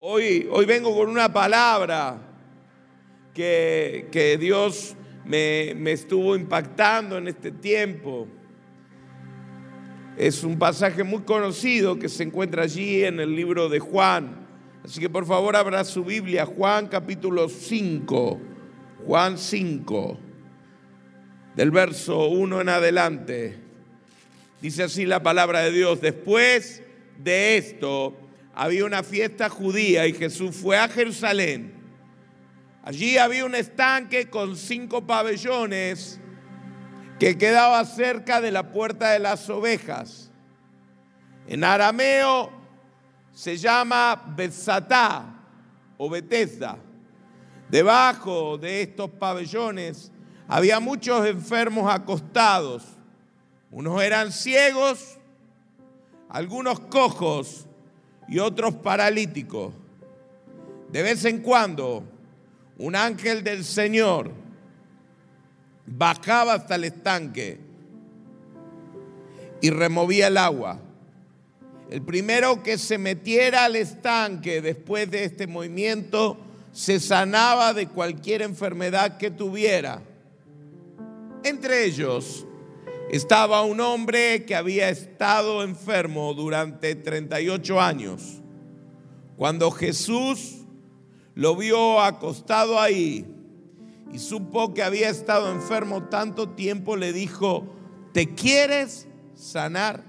Hoy vengo con una palabra que Dios me estuvo impactando en este tiempo. Es un pasaje muy conocido que se encuentra allí en el libro de Juan. Así que por favor abra su Biblia, Juan capítulo 5, Juan 5, del verso 1 en adelante. Dice así la palabra de Dios: después de esto había una fiesta judía y Jesús fue a Jerusalén. Allí había un estanque con 5 pabellones que quedaba cerca de la puerta de las ovejas. En arameo se llama Betsatá o Betesda. Debajo de estos pabellones había muchos enfermos acostados. Unos eran ciegos, algunos cojos y otros paralíticos. De vez en cuando, un ángel del Señor bajaba hasta el estanque y removía el agua. El primero que se metiera al estanque después de este movimiento se sanaba de cualquier enfermedad que tuviera. Entre ellos estaba un hombre que había estado enfermo durante 38 años. Cuando Jesús lo vio acostado ahí y supo que había estado enfermo tanto tiempo, le dijo: ¿te quieres sanar?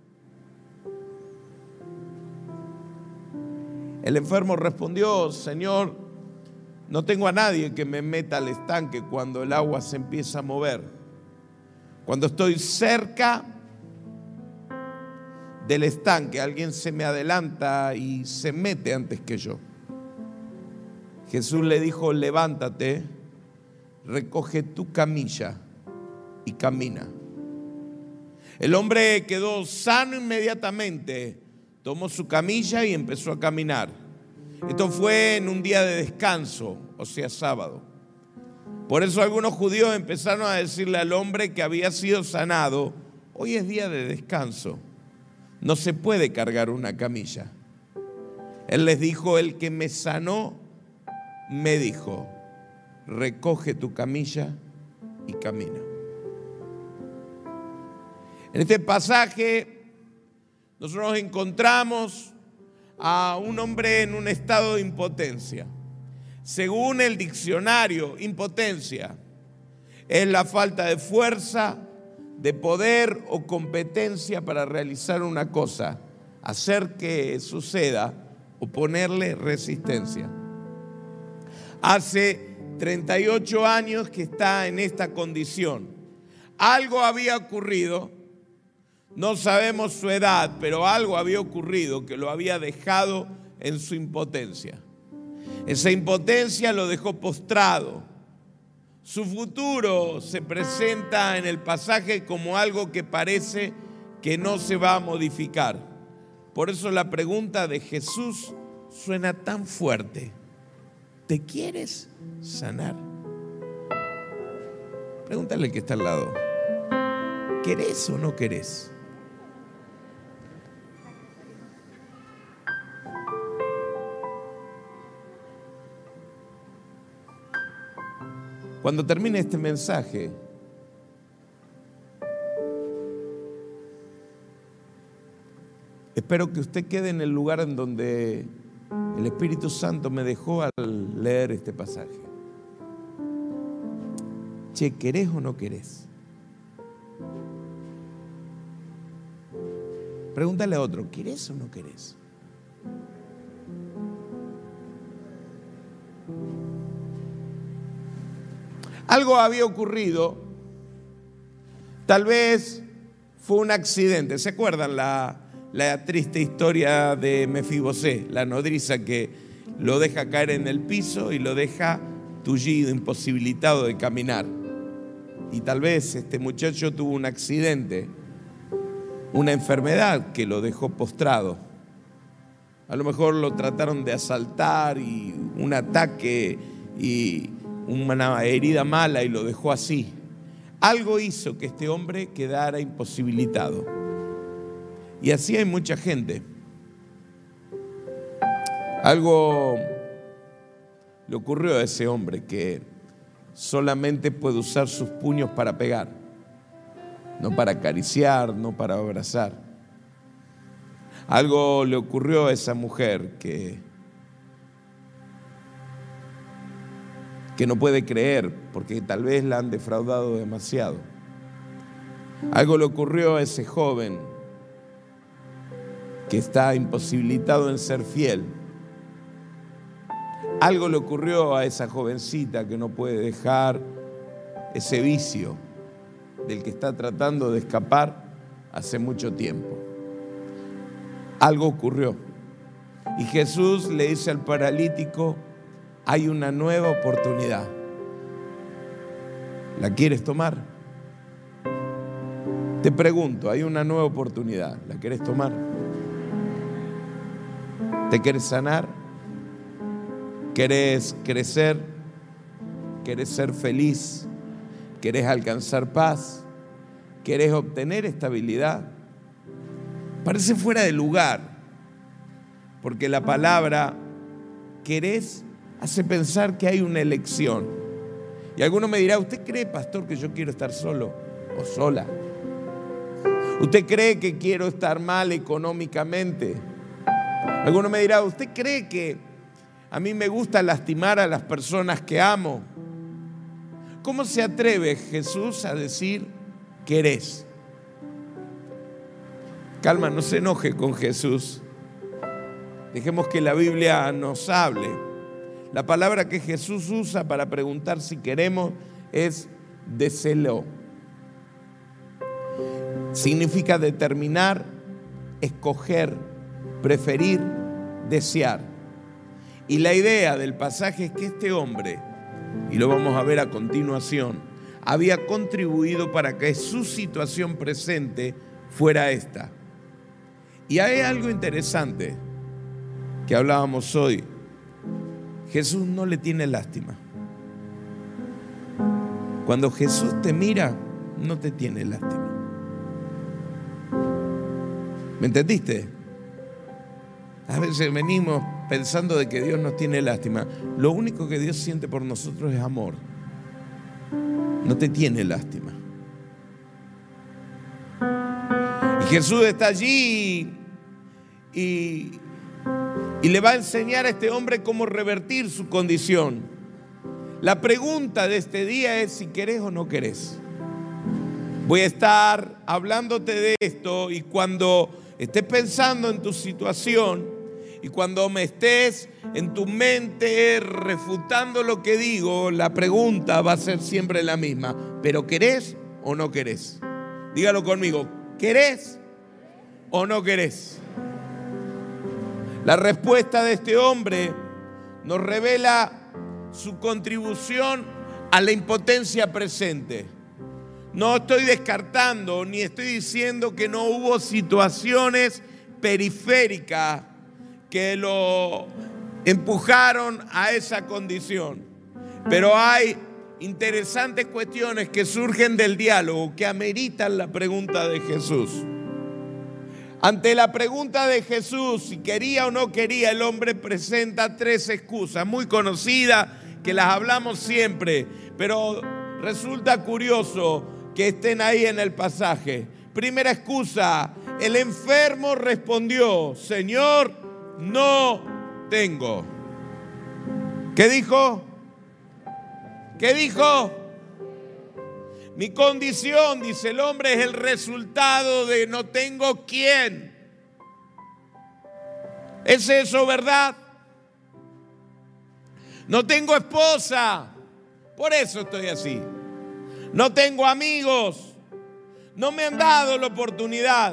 El enfermo respondió: Señor, no tengo a nadie que me meta al estanque cuando el agua se empieza a mover. Cuando estoy cerca del estanque, alguien se me adelanta y se mete antes que yo. Jesús le dijo: levántate, recoge tu camilla y camina. El hombre quedó sano inmediatamente, tomó su camilla y empezó a caminar. Esto fue en un día de descanso, o sea, sábado. Por eso algunos judíos empezaron a decirle al hombre que había sido sanado: hoy es día de descanso, no se puede cargar una camilla. Él les dijo: el que me sanó me dijo, recoge tu camilla y camina. En este pasaje nosotros encontramos a un hombre en un estado de impotencia. Según el diccionario, impotencia es la falta de fuerza, de poder o competencia para realizar una cosa, hacer que suceda o ponerle resistencia. Hace 38 años que está en esta condición. Algo había ocurrido, no sabemos su edad, pero algo había ocurrido que lo había dejado en su impotencia. Esa impotencia lo dejó postrado. Su futuro se presenta en el pasaje como algo que parece que no se va a modificar. Por eso la pregunta de Jesús suena tan fuerte: ¿te quieres sanar? Pregúntale al que está al lado: ¿querés o no querés? Cuando termine este mensaje, espero que usted quede en el lugar en donde el Espíritu Santo me dejó al leer este pasaje. Che, ¿querés o no querés? Pregúntale a otro: ¿querés o no querés? Algo había ocurrido, tal vez fue un accidente. ¿Se acuerdan la triste historia de Mefibosé, la nodriza que lo deja caer en el piso y lo deja tullido, imposibilitado de caminar? Y tal vez este muchacho tuvo un accidente, una enfermedad que lo dejó postrado. A lo mejor lo trataron de asaltar y un ataque y una herida mala y lo dejó así. Algo hizo que este hombre quedara imposibilitado. Y así hay mucha gente. Algo le ocurrió a ese hombre que solamente puede usar sus puños para pegar, no para acariciar, no para abrazar. Algo le ocurrió a esa mujer que no puede creer porque tal vez la han defraudado demasiado. Algo le ocurrió a ese joven que está imposibilitado en ser fiel. Algo le ocurrió a esa jovencita que no puede dejar ese vicio del que está tratando de escapar hace mucho tiempo. Algo ocurrió. Y Jesús le dice al paralítico: hay una nueva oportunidad. ¿La quieres tomar? Te pregunto, hay una nueva oportunidad. ¿La quieres tomar? ¿Te quieres sanar? ¿Querés crecer? ¿Querés ser feliz? ¿Querés alcanzar paz? ¿Querés obtener estabilidad? Parece fuera de lugar, porque la palabra querés hace pensar que hay una elección. Y alguno me dirá: ¿usted cree, pastor, que yo quiero estar solo o sola? ¿Usted cree que quiero estar mal económicamente? Alguno me dirá: ¿usted cree que a mí me gusta lastimar a las personas que amo? ¿Cómo se atreve Jesús a decir querés? Calma, no se enoje con Jesús. Dejemos que la Biblia nos hable. La palabra que Jesús usa para preguntar si queremos es deseo. Significa determinar, escoger, preferir, desear. Y la idea del pasaje es que este hombre, y lo vamos a ver a continuación, había contribuido para que su situación presente fuera esta. Y hay algo interesante que hablábamos hoy. Jesús no le tiene lástima. Cuando Jesús te mira, no te tiene lástima. ¿Me entendiste? A veces venimos pensando de que Dios nos tiene lástima. Lo único que Dios siente por nosotros es amor. No te tiene lástima. Y Jesús está allí y le va a enseñar a este hombre cómo revertir su condición. La pregunta de este día es si querés o no querés. Voy a estar hablándote de esto, y cuando estés pensando en tu situación y cuando me estés en tu mente refutando lo que digo, la pregunta va a ser siempre la misma: ¿pero querés o no querés? Dígalo conmigo: ¿querés o no querés? La respuesta de este hombre nos revela su contribución a la impotencia presente. No estoy descartando ni estoy diciendo que no hubo situaciones periféricas que lo empujaron a esa condición. Pero hay interesantes cuestiones que surgen del diálogo que ameritan la pregunta de Jesús. Ante la pregunta de Jesús, si quería o no quería, el hombre presenta tres excusas muy conocidas que las hablamos siempre, pero resulta curioso que estén ahí en el pasaje. Primera excusa: el enfermo respondió: Señor, no tengo. ¿Qué dijo? ¿Qué dijo? Mi condición, dice el hombre, es el resultado de no tengo quién. ¿Es eso verdad? No tengo esposa, por eso estoy así. No tengo amigos, no me han dado la oportunidad.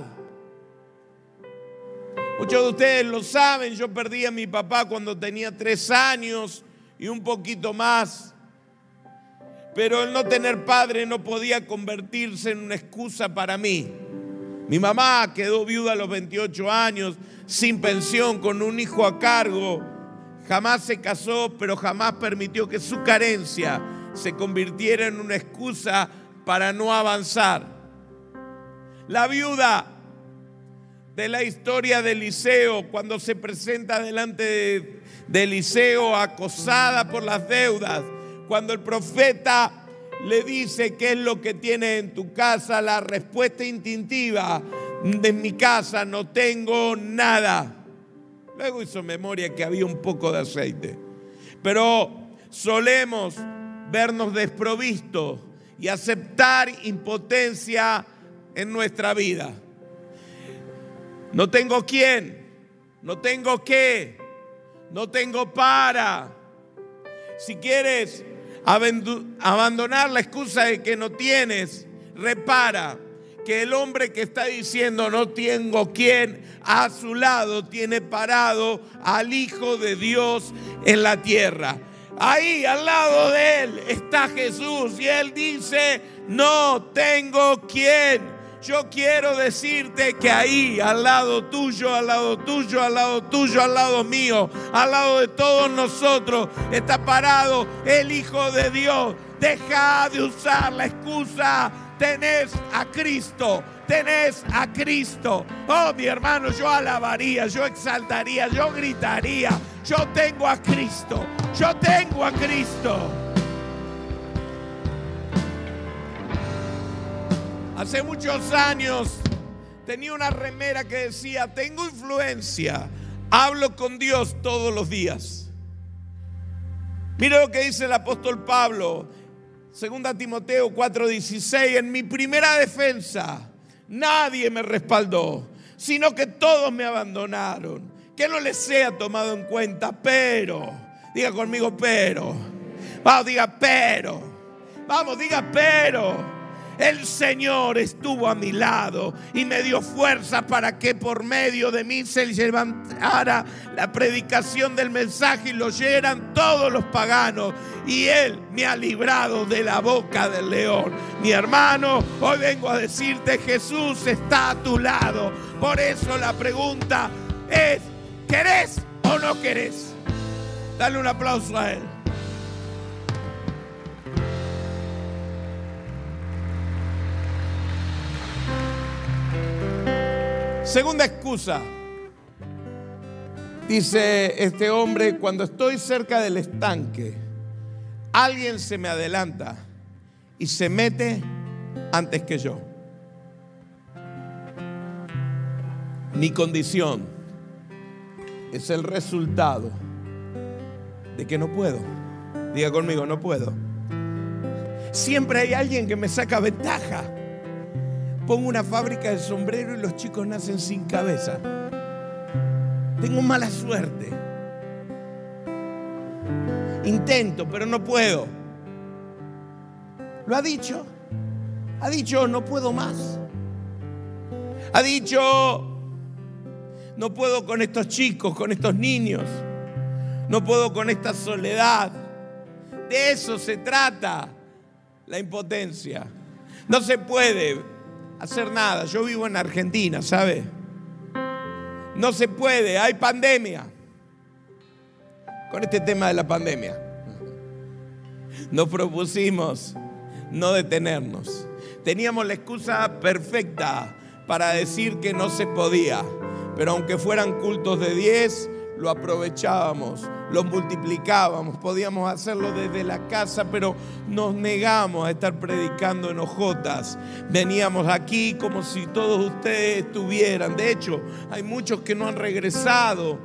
Muchos de ustedes lo saben, yo perdí a mi papá cuando tenía 3 años y un poquito más. Pero el no tener padre no podía convertirse en una excusa para mí. Mi mamá quedó viuda a los 28 años, sin pensión, con un hijo a cargo. Jamás se casó, pero jamás permitió que su carencia se convirtiera en una excusa para no avanzar. La viuda de la historia de Eliseo, cuando se presenta delante de Eliseo acosada por las deudas, cuando el profeta le dice qué es lo que tiene en tu casa, la respuesta instintiva: de mi casa no tengo nada. Luego hizo memoria que había un poco de aceite. Pero solemos vernos desprovistos y aceptar impotencia en nuestra vida. No tengo quién, no tengo qué, no tengo para. Si quieres abandonar la excusa de que no tienes, repara que el hombre que está diciendo no tengo quién, a su lado tiene parado al Hijo de Dios en la tierra. Ahí al lado de él está Jesús y él dice: no tengo quién. Yo quiero decirte que ahí, al lado tuyo, al lado tuyo, al lado tuyo, al lado mío, al lado de todos nosotros, está parado el Hijo de Dios. Deja de usar la excusa. Tenés a Cristo, tenés a Cristo. Oh, mi hermano, yo alabaría, yo exaltaría, yo gritaría: yo tengo a Cristo, yo tengo a Cristo. Hace muchos años tenía una remera que decía: tengo influencia, hablo con Dios todos los días. Mira lo que dice el apóstol Pablo, 2 Timoteo 4:16: en mi primera defensa nadie me respaldó, sino que todos me abandonaron. Que no les sea tomado en cuenta, pero, diga conmigo, pero. Vamos, diga pero. Vamos, diga pero. El Señor estuvo a mi lado y me dio fuerza para que por medio de mí se levantara la predicación del mensaje y lo oyeran todos los paganos. Y Él me ha librado de la boca del león. Mi hermano, hoy vengo a decirte: Jesús está a tu lado. Por eso la pregunta es: ¿querés o no querés? Dale un aplauso a Él. Segunda excusa. Dice este hombre: cuando estoy cerca del estanque, alguien se me adelanta y se mete antes que yo. Mi condición es el resultado de que no puedo. Diga conmigo: no puedo. Siempre hay alguien que me saca ventaja. Pongo una fábrica de sombrero y los chicos nacen sin cabeza. Tengo mala suerte. Intento, pero no puedo. Lo ha dicho. Ha dicho: no puedo más. Ha dicho: no puedo con estos chicos, con estos niños. No puedo con esta soledad. De eso se trata la impotencia. No se puede hacer nada. Yo vivo en Argentina, ¿sabe? No se puede, hay pandemia. Con este tema de la pandemia nos propusimos no detenernos. Teníamos la excusa perfecta para decir que no se podía, pero aunque fueran cultos de 10, lo aprovechábamos, lo multiplicábamos. Podíamos hacerlo desde la casa, pero nos negamos a estar predicando en hojotas. Veníamos aquí como si todos ustedes estuvieran. De hecho, hay muchos que no han regresado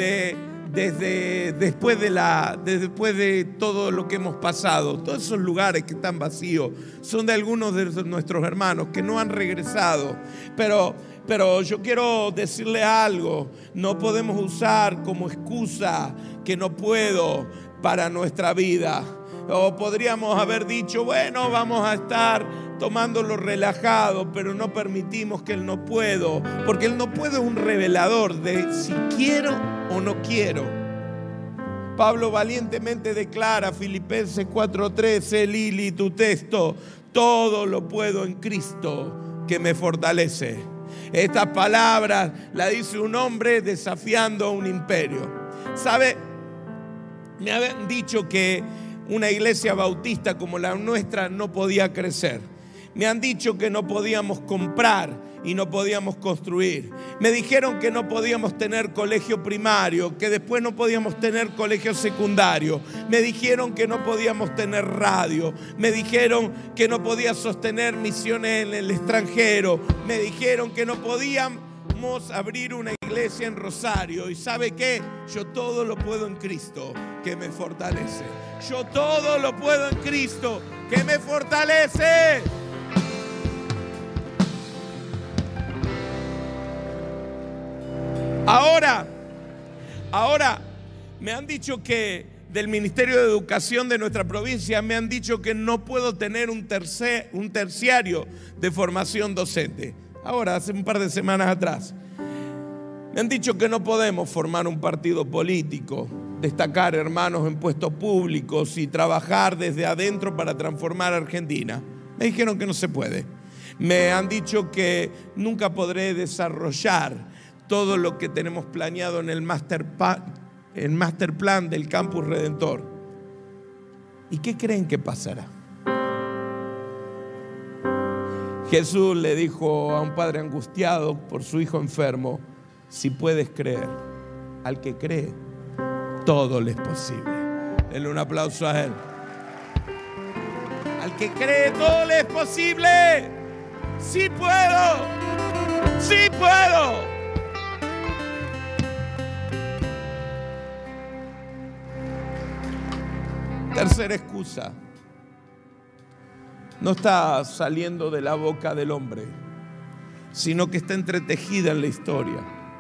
después de todo lo que hemos pasado. Todos esos lugares que están vacíos son de algunos de nuestros hermanos que no han regresado. Pero yo quiero decirle algo: no podemos usar como excusa que no puedo para nuestra vida. O podríamos haber dicho: bueno, vamos a estar tomándolo relajado, pero no permitimos que el no puedo, porque el no puedo es un revelador de si quiero o no quiero. Pablo valientemente declara, Filipenses 4:13, Lili, tu texto: todo lo puedo en Cristo que me fortalece. Estas palabras las dice un hombre desafiando a un imperio. ¿Sabe? Me habían dicho que una iglesia bautista como la nuestra no podía crecer. Me han dicho que no podíamos comprar y no podíamos construir. Me dijeron que no podíamos tener colegio primario, que después no podíamos tener colegio secundario. Me dijeron que no podíamos tener radio. Me dijeron que no podía sostener misiones en el extranjero. Me dijeron que no podíamos abrir una iglesia en Rosario. ¿Y sabe qué? Yo todo lo puedo en Cristo, que me fortalece. Yo todo lo puedo en Cristo, que me fortalece. Ahora me han dicho que del Ministerio de Educación de nuestra provincia me han dicho que no puedo tener un terciario de formación docente. Ahora, hace un par de semanas atrás, me han dicho que no podemos formar un partido político, destacar hermanos en puestos públicos y trabajar desde adentro para transformar a Argentina. Me dijeron que no se puede. Me han dicho que nunca podré desarrollar todo lo que tenemos planeado en el master plan del Campus Redentor. ¿Y qué creen que pasará? Jesús le dijo a un padre angustiado por su hijo enfermo: si puedes creer, al que cree, todo le es posible. Denle un aplauso a él. Al que cree, todo le es posible. Sí puedo, sí puedo. Tercera excusa. No está saliendo de la boca del hombre, sino que está entretejida en la historia.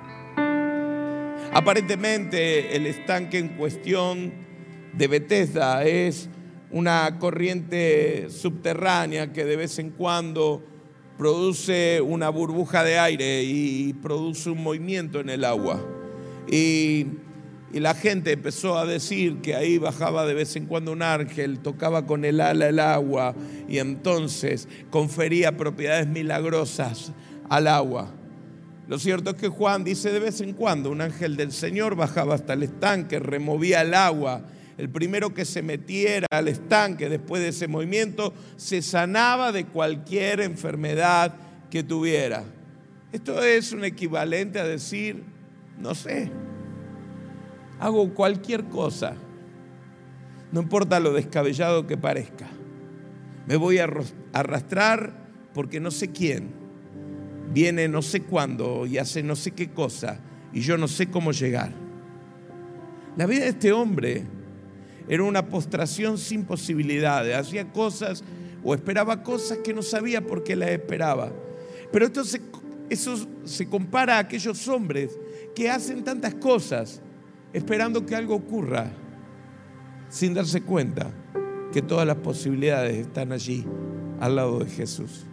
Aparentemente el estanque en cuestión de Bethesda es una corriente subterránea que de vez en cuando produce una burbuja de aire y produce un movimiento en el agua. Y la gente empezó a decir que ahí bajaba de vez en cuando un ángel, tocaba con el ala el agua y entonces confería propiedades milagrosas al agua. Lo cierto es que Juan dice: de vez en cuando un ángel del Señor bajaba hasta el estanque, removía el agua. El primero que se metiera al estanque después de ese movimiento se sanaba de cualquier enfermedad que tuviera. Esto es un equivalente a decir, no sé, hago cualquier cosa, no importa lo descabellado que parezca. Me voy a arrastrar porque no sé quién viene no sé cuándo y hace no sé qué cosa y yo no sé cómo llegar. La vida de este hombre era una postración sin posibilidades. Hacía cosas o esperaba cosas que no sabía por qué las esperaba. Pero eso se compara a aquellos hombres que hacen tantas cosas esperando que algo ocurra, sin darse cuenta que todas las posibilidades están allí, al lado de Jesús.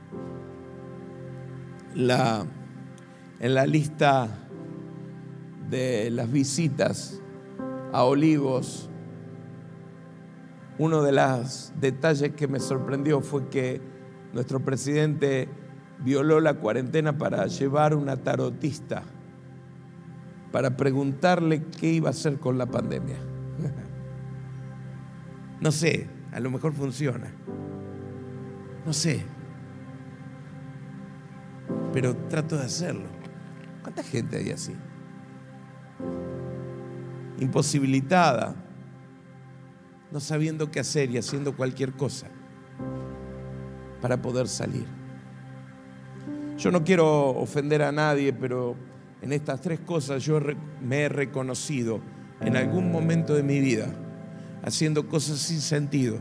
En la lista de las visitas a Olivos, uno de los detalles que me sorprendió fue que nuestro presidente violó la cuarentena para llevar una tarotista para preguntarle qué iba a hacer con la pandemia. No sé, a lo mejor funciona. No sé. Pero trato de hacerlo. ¿Cuánta gente hay así? Imposibilitada, no sabiendo qué hacer y haciendo cualquier cosa para poder salir. Yo no quiero ofender a nadie, pero en estas tres cosas yo me he reconocido en algún momento de mi vida haciendo cosas sin sentido,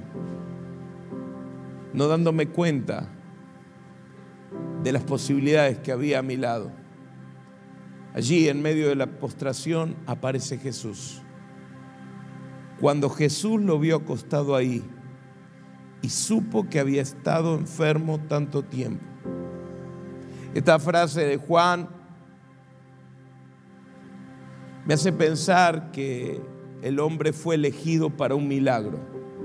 no dándome cuenta de las posibilidades que había a mi lado. Allí, en medio de la postración, aparece Jesús. Cuando Jesús lo vio acostado ahí y supo que había estado enfermo tanto tiempo. Esta frase de Juan me hace pensar que el hombre fue elegido para un milagro.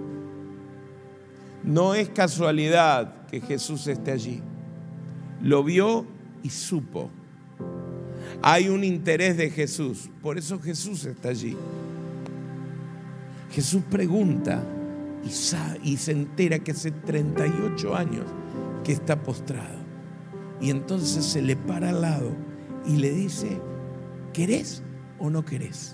No es casualidad que Jesús esté allí. Lo vio y supo. Hay un interés de Jesús, por eso Jesús está allí. Jesús pregunta y se entera que hace 38 años que está postrado. Y entonces se le para al lado y le dice: ¿querés o no querés?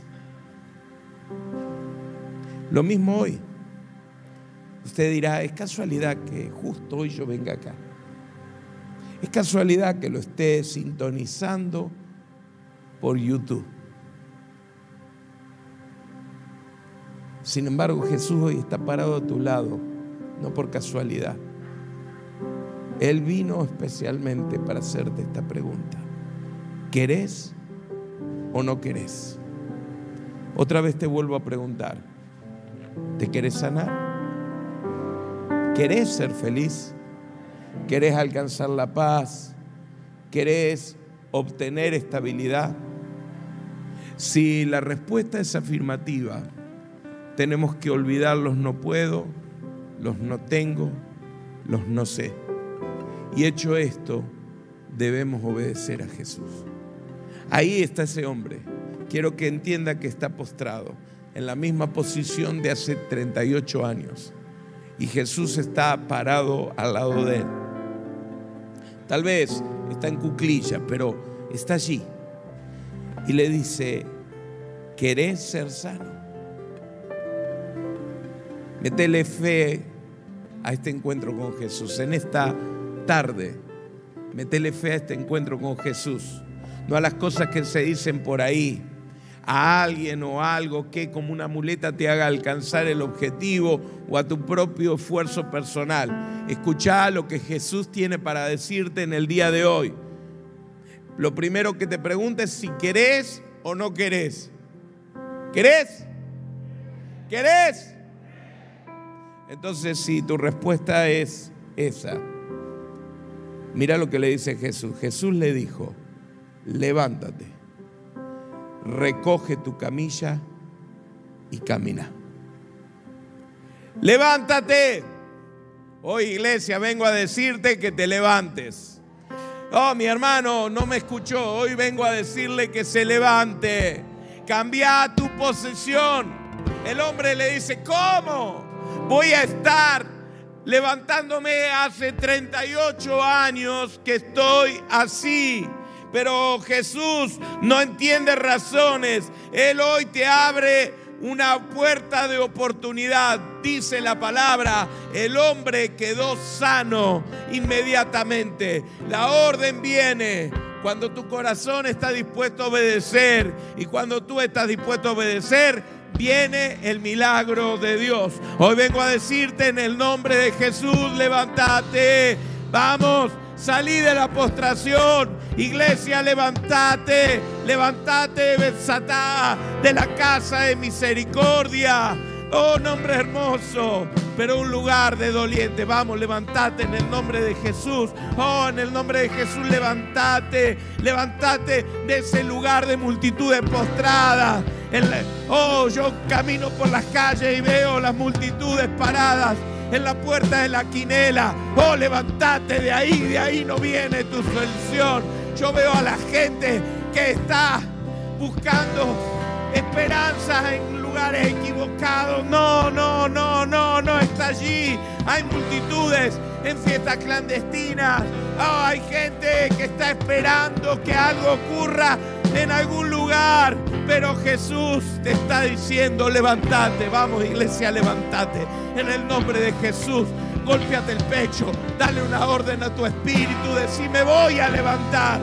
Lo mismo hoy. Usted dirá: es casualidad que justo hoy yo venga acá. Es casualidad que lo esté sintonizando por YouTube. Sin embargo, Jesús hoy está parado a tu lado, no por casualidad. Él vino especialmente para hacerte esta pregunta: ¿querés o no querés? Otra vez te vuelvo a preguntar: ¿te querés sanar? ¿Querés ser feliz? ¿Querés alcanzar la paz? ¿Querés obtener estabilidad? Si la respuesta es afirmativa, tenemos que olvidar los no puedo, los no tengo, los no sé. Y hecho esto, debemos obedecer a Jesús. Ahí está ese hombre. Quiero que entienda que está postrado en la misma posición de hace 38 años. Y Jesús está parado al lado de él. Tal vez está en cuclillas, pero está allí. Y le dice: ¿querés ser sano? Métele fe a este encuentro con Jesús. En esta tarde, métele fe a este encuentro con Jesús. No a las cosas que se dicen por ahí, a alguien o algo que como una muleta te haga alcanzar el objetivo, o a tu propio esfuerzo personal. Escuchá lo que Jesús tiene para decirte en el día de hoy. Lo primero que te pregunta es si querés o no querés. ¿Querés? ¿Querés? Entonces, si tu respuesta es esa, mira lo que le dice Jesús. Jesús le dijo: levántate, recoge tu camilla y camina. Levántate. Hoy, iglesia, vengo a decirte que te levantes. Oh, mi hermano no me escuchó. Hoy vengo a decirle que se levante. Cambia tu posición. El hombre le dice: ¿cómo voy a estar levantándome? Hace 38 años que estoy así. Pero Jesús no entiende razones. Él hoy te abre una puerta de oportunidad. Dice la palabra: el hombre quedó sano inmediatamente. La orden viene cuando tu corazón está dispuesto a obedecer. Y cuando tú estás dispuesto a obedecer, viene el milagro de Dios. Hoy vengo a decirte en el nombre de Jesús: levántate. Vamos, salí de la postración. Iglesia, levántate. Levántate, Betzatá, de la casa de misericordia. Oh, nombre hermoso, pero un lugar de doliente. Vamos, levántate en el nombre de Jesús. Oh, en el nombre de Jesús, levántate. Levántate de ese lugar de multitudes postradas. Oh, yo camino por las calles y veo las multitudes paradas en la puerta de la quinela. Oh, levántate de ahí no viene tu solución. Yo veo a la gente que está buscando esperanzas en lugares equivocados. No está allí. Hay multitudes en fiestas clandestinas. Oh, hay gente que está esperando que algo ocurra en algún lugar. Pero Jesús te está diciendo: levántate. Vamos, iglesia, levántate. En el nombre de Jesús, golpéate el pecho. Dale una orden a tu espíritu. Decí: me voy a levantar.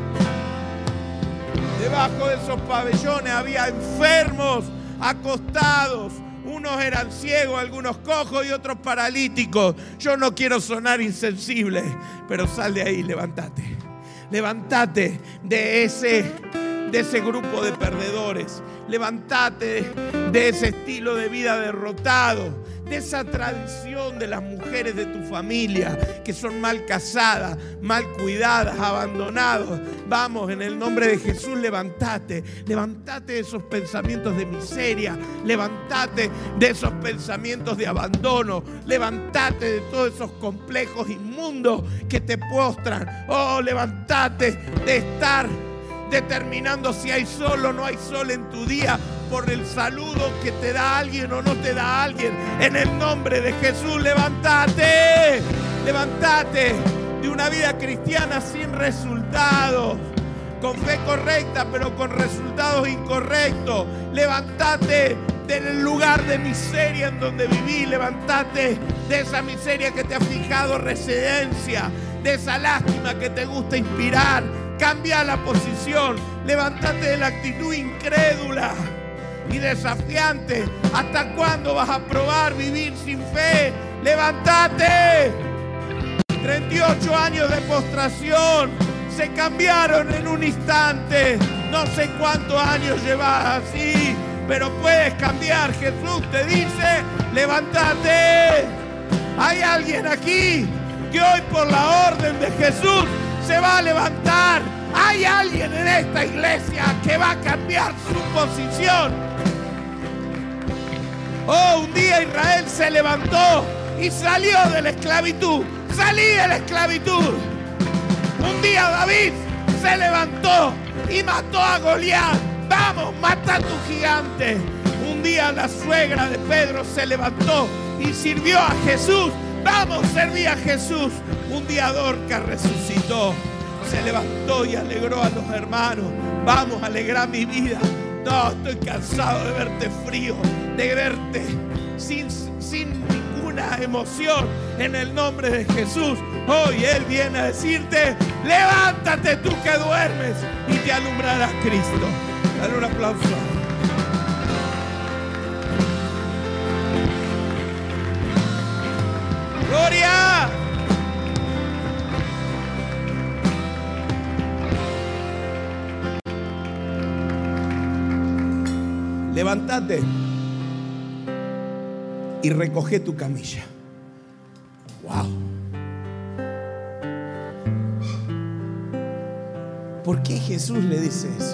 Debajo de esos pabellones había enfermos acostados. Unos eran ciegos, algunos cojos y otros paralíticos. Yo no quiero sonar insensible, pero sal de ahí, levántate. Levántate de ese grupo de perdedores. Levántate de ese estilo de vida derrotado, de esa tradición de las mujeres de tu familia que son mal casadas, mal cuidadas, abandonadas. Vamos, en el nombre de Jesús, levántate. Levántate de esos pensamientos de miseria. Levántate de esos pensamientos de abandono. Levántate de todos esos complejos inmundos que te postran. Oh, levántate de estar determinando si hay sol o no hay sol en tu día por el saludo que te da alguien o no te da alguien. En el nombre de Jesús, levántate. Levántate de una vida cristiana sin resultados, con fe correcta pero con resultados incorrectos. Levántate del lugar de miseria en donde viví. Levántate de esa miseria que te ha fijado residencia, de esa lástima que te gusta inspirar. Cambia la posición. Levántate de la actitud incrédula y desafiante. ¿Hasta cuándo vas a probar vivir sin fe? ¡Levántate! 38 años de postración se cambiaron en un instante. No sé cuántos años llevas así, pero puedes cambiar. Jesús te dice: levántate. Hay alguien aquí que hoy, por la orden de Jesús, se va a levantar. Hay alguien en esta iglesia que va a cambiar su posición. Oh, un día Israel se levantó y salió de la esclavitud. Salí de la esclavitud. Un día David se levantó y mató a Goliat. Vamos, mata a tu gigante. Un día la suegra de Pedro se levantó y sirvió a Jesús. Vamos, serví a Jesús. Un día Dorcas resucitó, se levantó y alegró a los hermanos. Vamos, alegra mi vida. No, estoy cansado de verte frío, de verte sin ninguna emoción. En el nombre de Jesús, hoy Él viene a decirte: levántate tú que duermes y te alumbrarás Cristo. Dale un aplauso. ¡Gloria! Levántate y recoge tu camilla. Wow. ¿Por qué Jesús le dice eso?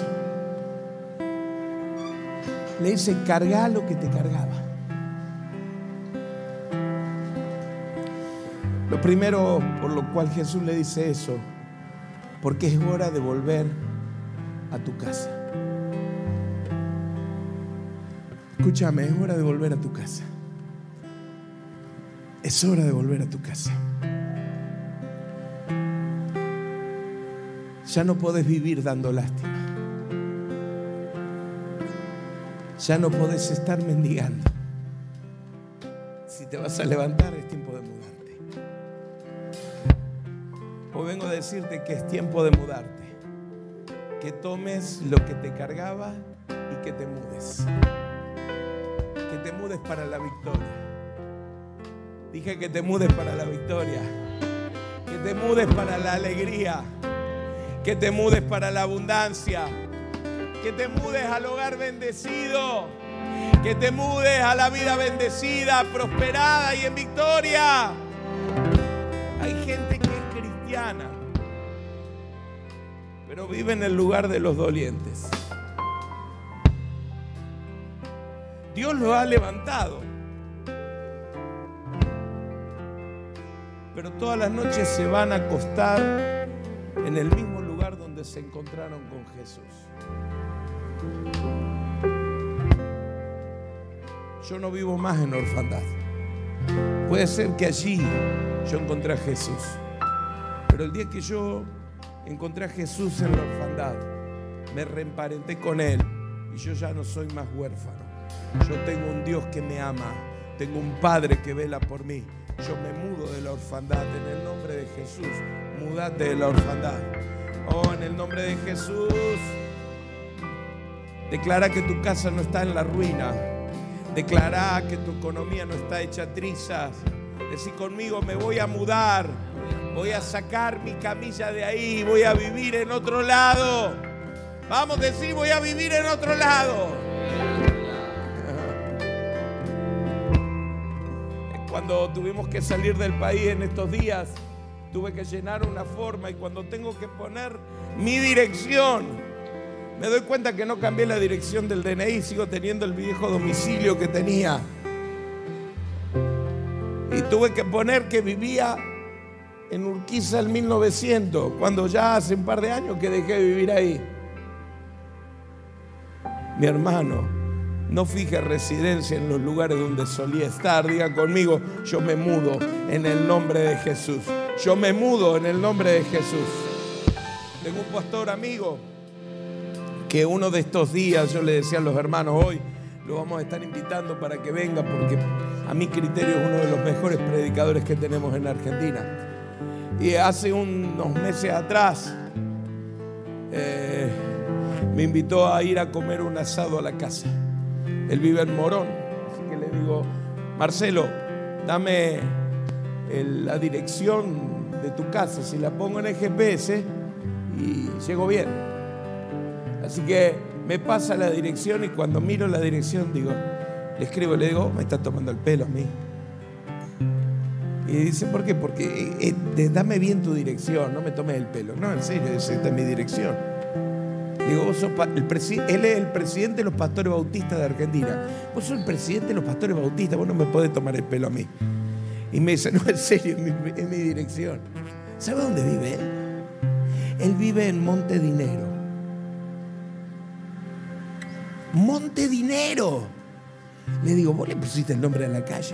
Le dice: carga lo que te cargaba. Lo primero por lo cual Jesús le dice eso, porque es hora de volver a tu casa. Escúchame, es hora de volver a tu casa. Es hora de volver a tu casa. Ya no podés vivir dando lástima. Ya no podés estar mendigando. Si te vas a levantar, es tiempo de mudarte. Hoy vengo a decirte que es tiempo de mudarte. Que tomes lo que te cargaba y que te mudes. Que te mudes para la victoria. Dije que te mudes para la victoria. Que te mudes para la alegría. Que te mudes para la abundancia. Que te mudes al hogar bendecido. Que te mudes a la vida bendecida, prosperada y en victoria. Hay gente que es cristiana, pero vive en el lugar de los dolientes. Dios lo ha levantado, pero todas las noches se van a acostar en el mismo lugar donde se encontraron con Jesús. Yo no vivo más en orfandad. Puede ser que allí yo encontré a Jesús, pero el día que yo encontré a Jesús en la orfandad, me reemparenté con Él y yo ya no soy más huérfano. Yo tengo un Dios que me ama, tengo un Padre que vela por mí. Yo me mudo de la orfandad en el nombre de Jesús. Mudate de la orfandad. Oh, en el nombre de Jesús. Declara que tu casa no está en la ruina. Declara que tu economía no está hecha trizas. Decí conmigo: me voy a mudar. Voy a sacar mi camilla de ahí. Voy a vivir en otro lado. Vamos a decir: voy a vivir en otro lado. Cuando tuvimos que salir del país en estos días, tuve que llenar una forma y cuando tengo que poner mi dirección, me doy cuenta que no cambié la dirección del DNI, sigo teniendo el viejo domicilio que tenía. Y tuve que poner que vivía en Urquiza en 1900, cuando ya hace un par de años que dejé de vivir ahí. Mi hermano, No fije residencia en los lugares donde solía estar. Diga conmigo, yo me mudo en el nombre de Jesús. Yo me mudo en el nombre de Jesús. Tengo un pastor amigo que uno de estos días, yo le decía a los hermanos, hoy lo vamos a estar invitando para que venga, porque a mi criterio es uno de los mejores predicadores que tenemos en Argentina. Y hace unos meses atrás me invitó a ir a comer un asado a la casa. Él vive en Morón, así que le digo, Marcelo, dame la dirección de tu casa, si la pongo en el GPS y llego bien. Así que me pasa la dirección y cuando miro la dirección digo, le escribo, le digo, me está tomando el pelo a mí. Y dice, ¿por qué? Porque dame bien tu dirección, no me tomes el pelo. No, en serio, esta es mi dirección. Digo, vos sos él es el presidente de los pastores bautistas de Argentina. Vos sos el presidente de los pastores bautistas, vos no me podés tomar el pelo a mí. Y me dice, no, en serio, es mi dirección. ¿Sabe dónde vive él? Él vive en Monte Dinero. Monte Dinero. Le digo, ¿vos le pusiste el nombre a la calle?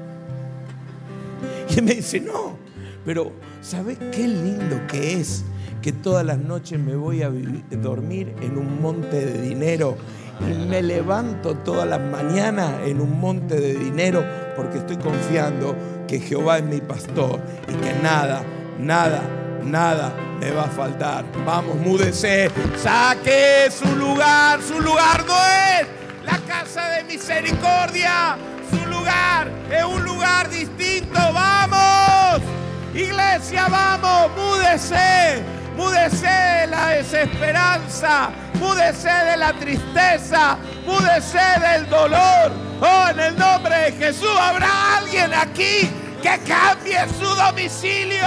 Y él me dice, no, pero ¿sabés qué lindo que es? Que todas las noches me voy a dormir en un monte de dinero y me levanto todas las mañanas en un monte de dinero, porque estoy confiando que Jehová es mi pastor y que nada me va a faltar. Vamos, múdese, saque su lugar no es la casa de misericordia, su lugar es un lugar distinto. Vamos, iglesia, vamos, múdese de la desesperanza, múdese de la tristeza, múdese del dolor. Oh, en el nombre de Jesús, ¿habrá alguien aquí que cambie su domicilio?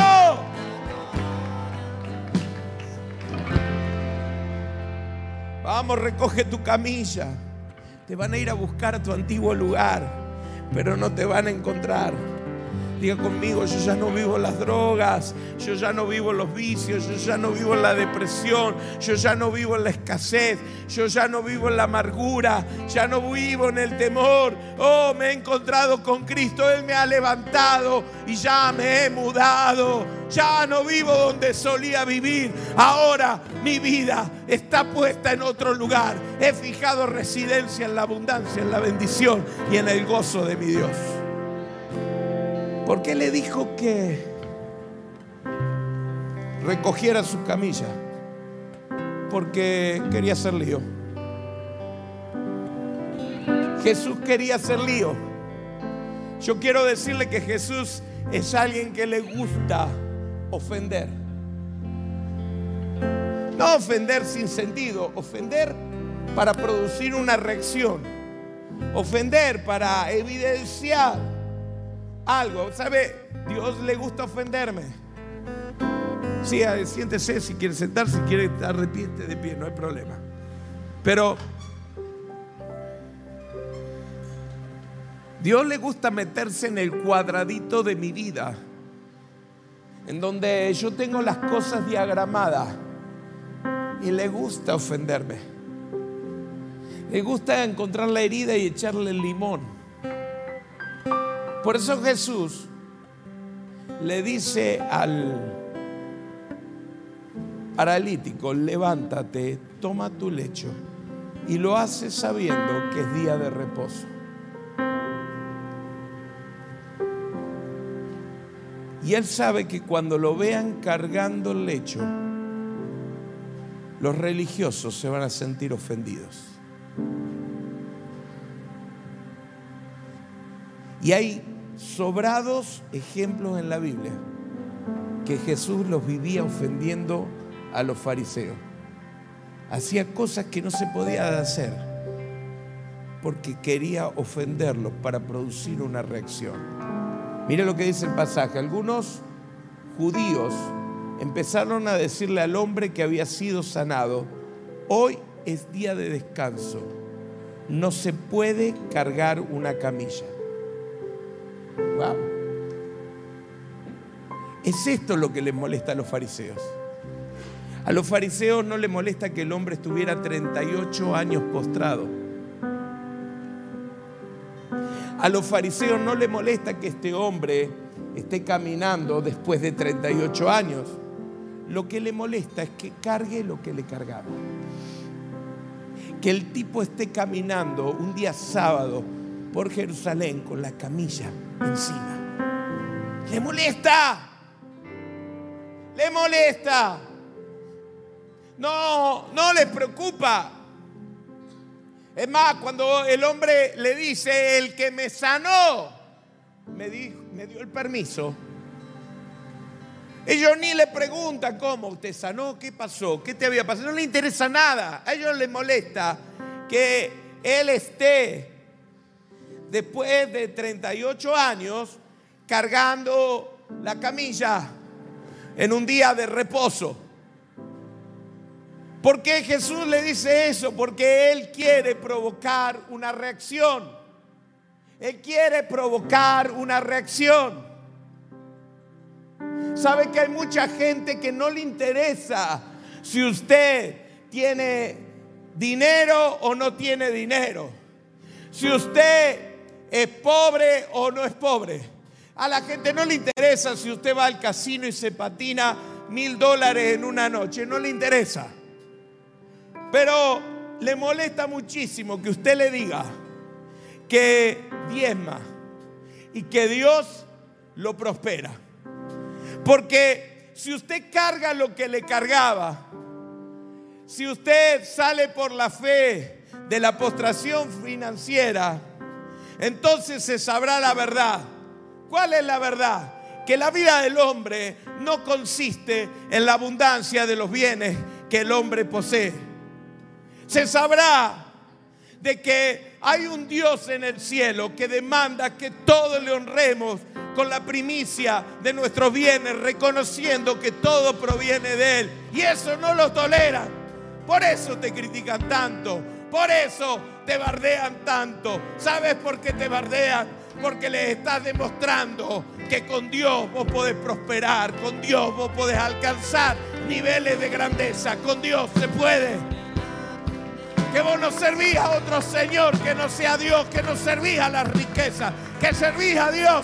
Vamos, recoge tu camilla. Te van a ir a buscar a tu antiguo lugar, pero no te van a encontrar. Diga conmigo, yo ya no vivo en las drogas, yo ya no vivo en los vicios, yo ya no vivo en la depresión, yo ya no vivo en la escasez, yo ya no vivo en la amargura, ya no vivo en el temor. Oh, me he encontrado con Cristo, Él me ha levantado y ya me he mudado. Ya no vivo donde solía vivir, ahora mi vida está puesta en otro lugar. He fijado residencia en la abundancia, en la bendición y en el gozo de mi Dios. ¿Por qué le dijo que recogiera su camilla? Porque quería hacer lío. Jesús quería hacer lío. Yo quiero decirle que Jesús es alguien que le gusta ofender. No ofender sin sentido, ofender para producir una reacción, ofender para evidenciar algo. ¿Sabe? Dios le gusta ofenderme. Sí, siéntese si quiere sentarse, si quiere estar de pie, no hay problema. Pero Dios le gusta meterse en el cuadradito de mi vida, en donde yo tengo las cosas diagramadas, y le gusta ofenderme. Le gusta encontrar la herida y echarle el limón. Por eso Jesús le dice al paralítico, levántate, toma tu lecho, y lo hace sabiendo que es día de reposo. Y él sabe que cuando lo vean cargando el lecho, los religiosos se van a sentir ofendidos. Y hay sobrados ejemplos en la Biblia que Jesús los vivía ofendiendo a los fariseos. Hacía cosas que no se podían hacer porque quería ofenderlos para producir una reacción. Mire lo que dice el pasaje. Algunos judíos empezaron a decirle al hombre que había sido sanado: hoy es día de descanso, no se puede cargar una camilla. Wow. Es esto lo que les molesta a los fariseos. A los fariseos no les molesta que el hombre estuviera 38 años postrado. A los fariseos no les molesta que este hombre esté caminando después de 38 años. Lo que le molesta es que cargue lo que le cargaba. Que el tipo esté caminando un día sábado por Jerusalén con la camilla encima. Le molesta. Le molesta. No les preocupa. Es más, cuando el hombre le dice, el que me sanó, me dio el permiso. Ellos ni le preguntan cómo te sanó, qué pasó, qué te había pasado. No le interesa nada. A ellos les molesta que él esté, después de 38 años, cargando la camilla en un día de reposo. ¿Por qué Jesús le dice eso? Porque Él quiere provocar una reacción. Él quiere provocar una reacción. ¿Sabe que hay mucha gente que no le interesa si usted tiene dinero o no tiene dinero? Si usted es pobre o no es pobre. A la gente no le interesa si usted va al casino y se patina $1,000 en una noche. No le interesa. Pero le molesta muchísimo que usted le diga que diezma y que Dios lo prospera. Porque si usted carga lo que le cargaba, si usted sale por la fe de la postración financiera, entonces se sabrá la verdad. ¿Cuál es la verdad? Que la vida del hombre no consiste en la abundancia de los bienes que el hombre posee. Se sabrá de que hay un Dios en el cielo que demanda que todos le honremos con la primicia de nuestros bienes, reconociendo que todo proviene de Él. Y eso no lo toleran. Por eso te critican tanto. Por eso te bardean tanto. ¿Sabes por qué te bardean? Porque les estás demostrando que con Dios vos podés prosperar. Con Dios vos podés alcanzar niveles de grandeza. Con Dios se puede. Que vos no servís a otro Señor que no sea Dios, que no servís a las riquezas, que servís a Dios.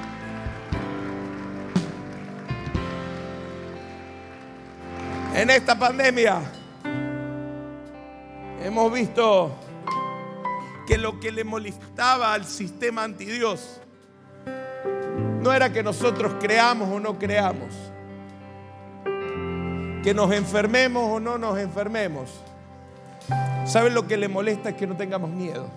En esta pandemia hemos visto que lo que le molestaba al sistema antidios no era que nosotros creamos o no creamos, que nos enfermemos o no nos enfermemos. ¿Saben lo que le molesta? Es que no tengamos miedo.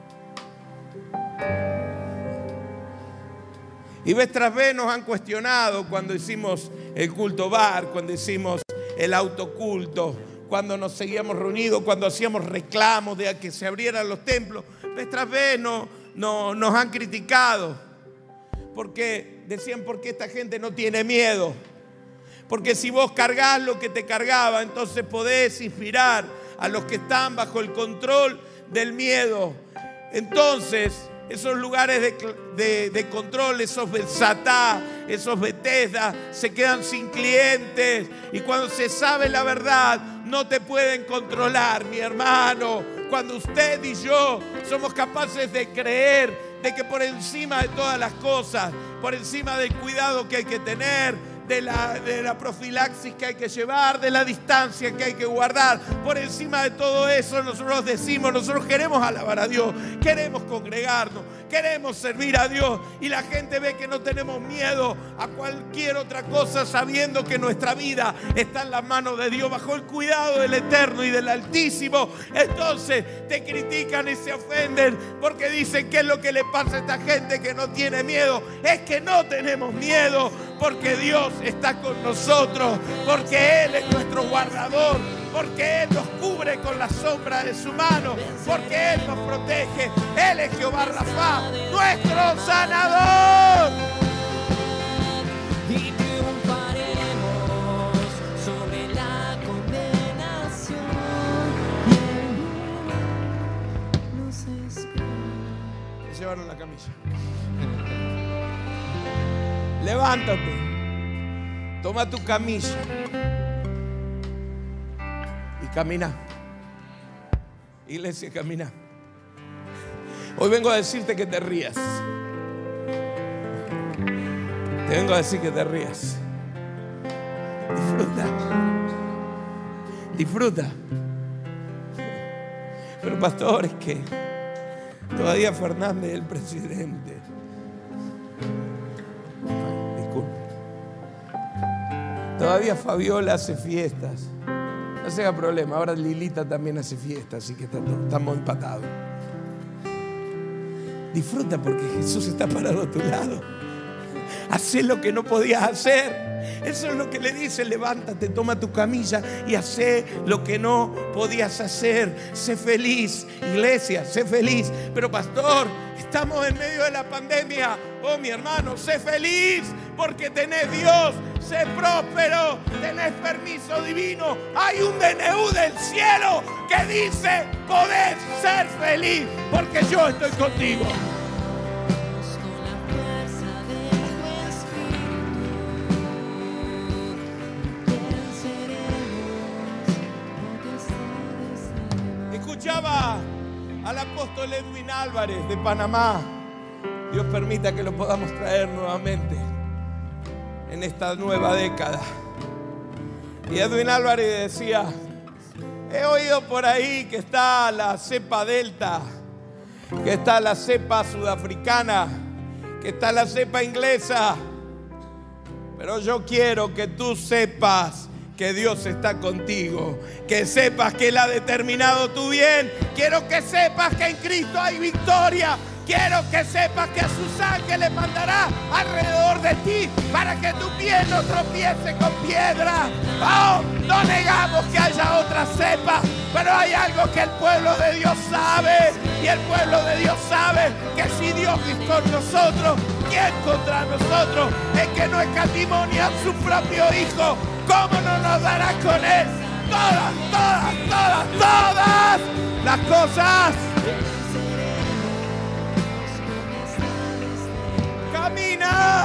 Y vez tras vez nos han cuestionado cuando hicimos el culto bar, cuando hicimos el autoculto, cuando nos seguíamos reunidos, cuando hacíamos reclamos de que se abrieran los templos. Vez tras vez nos han criticado porque decían, ¿por qué esta gente no tiene miedo? Porque si vos cargás lo que te cargaba, entonces podés inspirar a los que están bajo el control del miedo. Entonces, esos lugares de control, esos Betsatá, esos Bethesda, se quedan sin clientes. Y cuando se sabe la verdad, no te pueden controlar, mi hermano. Cuando usted y yo somos capaces de creer de que por encima de todas las cosas, por encima del cuidado que hay que tener, de la profilaxis que hay que llevar, de la distancia que hay que guardar, por encima de todo eso nosotros decimos, nosotros queremos alabar a Dios, queremos congregarnos, queremos servir a Dios, y la gente ve que no tenemos miedo a cualquier otra cosa, sabiendo que nuestra vida está en las manos de Dios, bajo el cuidado del Eterno y del Altísimo. Entonces te critican y se ofenden porque dicen, ¿qué es lo que le pasa a esta gente que no tiene miedo? Es que no tenemos miedo, porque Dios está con nosotros, porque Él es nuestro guardador, porque Él nos cubre con la sombra de su mano, porque Él nos protege. Él es Jehová Rafa, nuestro sanador. Y triunfaremos sobre la condenación. Nos espera. Me llevaron la camilla. Levántate, toma tu camilla y camina. Iglesia, camina. Hoy vengo a decirte que te rías. Te vengo a decir que te rías. Disfruta. Disfruta. Pero pastor, es que todavía Fernández es el presidente. Disculpe. Todavía Fabiola hace fiestas. No se haga problema, ahora Lilita también hace fiestas, así que estamos empatados. Disfruta porque Jesús está parado a tu lado. Hacé lo que no podías hacer. Eso es lo que le dice: levántate, toma tu camilla y hacé lo que no podías hacer. Sé feliz, iglesia, sé feliz. Pero pastor, estamos en medio de la pandemia. Oh, mi hermano, sé feliz porque tenés Dios. Sé próspero, tenés permiso divino. Hay un DNU del cielo que dice: podés ser feliz porque yo estoy contigo. Con la fuerza de tu espíritu, venceremos potestades. Escuchaba al apóstol Edwin Álvarez de Panamá. Dios permita que lo podamos traer nuevamente en esta nueva década. Y Edwin Álvarez decía: he oído por ahí que está la cepa delta, que está la cepa sudafricana, que está la cepa inglesa, pero yo quiero que tú sepas que Dios está contigo, que sepas que Él ha determinado tu bien. Quiero que sepas que en Cristo hay victoria. Quiero que sepas que a sus ángeles mandará alrededor de ti para que tu pie no tropiece con piedra. Oh, no negamos que haya otra cepa, pero hay algo que el pueblo de Dios sabe. Y el pueblo de Dios sabe que si Dios es con nosotros, ¿quién contra nosotros? El que no escatimó ni a su propio Hijo, ¿cómo no nos dará con Él todas las cosas? Camina,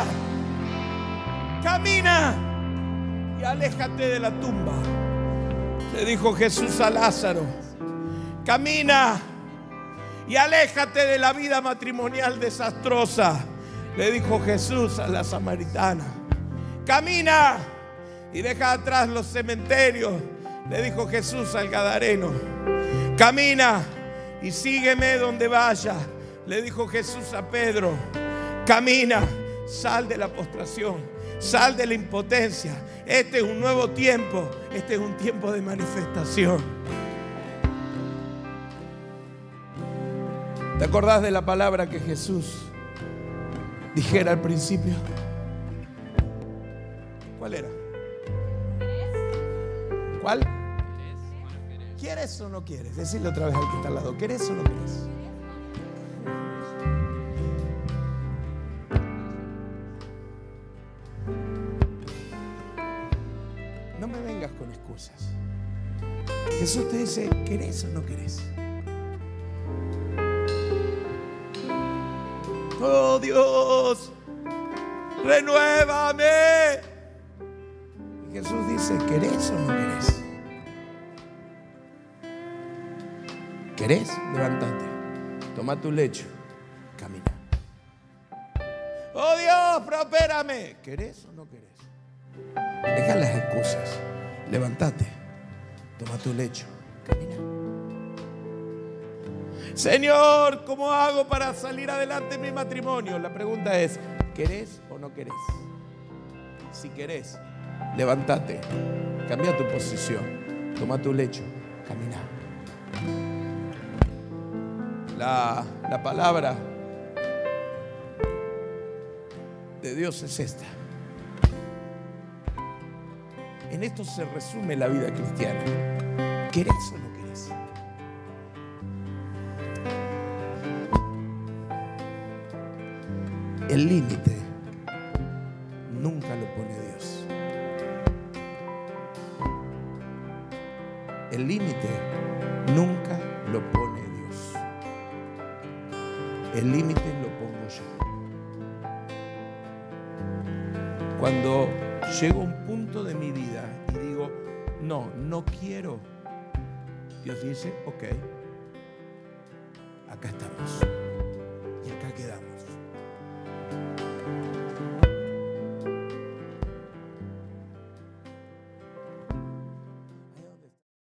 camina y aléjate de la tumba. Le dijo Jesús a Lázaro: camina y aléjate de la vida matrimonial desastrosa. Le dijo Jesús a la samaritana: camina y deja atrás los cementerios. Le dijo Jesús al gadareno: camina y sígueme donde vaya. Le dijo Jesús a Pedro: camina, sal de la postración, sal de la impotencia. Este es un nuevo tiempo, este es un tiempo de manifestación. ¿Te acordás de la palabra que Jesús dijera al principio? ¿Cuál era? ¿Cuál? ¿Quieres o no quieres? Decirle otra vez al que está al lado: ¿querés o no querés? No me vengas con excusas. Jesús te dice: ¿querés o no querés? Oh Dios, renuévame. Y Jesús dice: ¿querés o no querés? ¿Querés? Levántate, toma tu lecho, camina. Oh Dios, prospérame. ¿Querés o no querés? Deja las excusas, levántate, toma tu lecho, camina. Señor, ¿cómo hago para salir adelante en mi matrimonio? La pregunta es: ¿querés o no querés? Si querés, levántate, cambia tu posición, toma tu lecho, camina. La palabra de Dios es esta. En esto se resume la vida cristiana. ¿Querés o no querés? El límite nunca lo pone Dios. El límite nunca lo pone Dios. El límite lo pongo yo. Cuando llego a un punto de mi vida y digo: no quiero, Dios dice: ok, acá estamos, Y acá quedamos.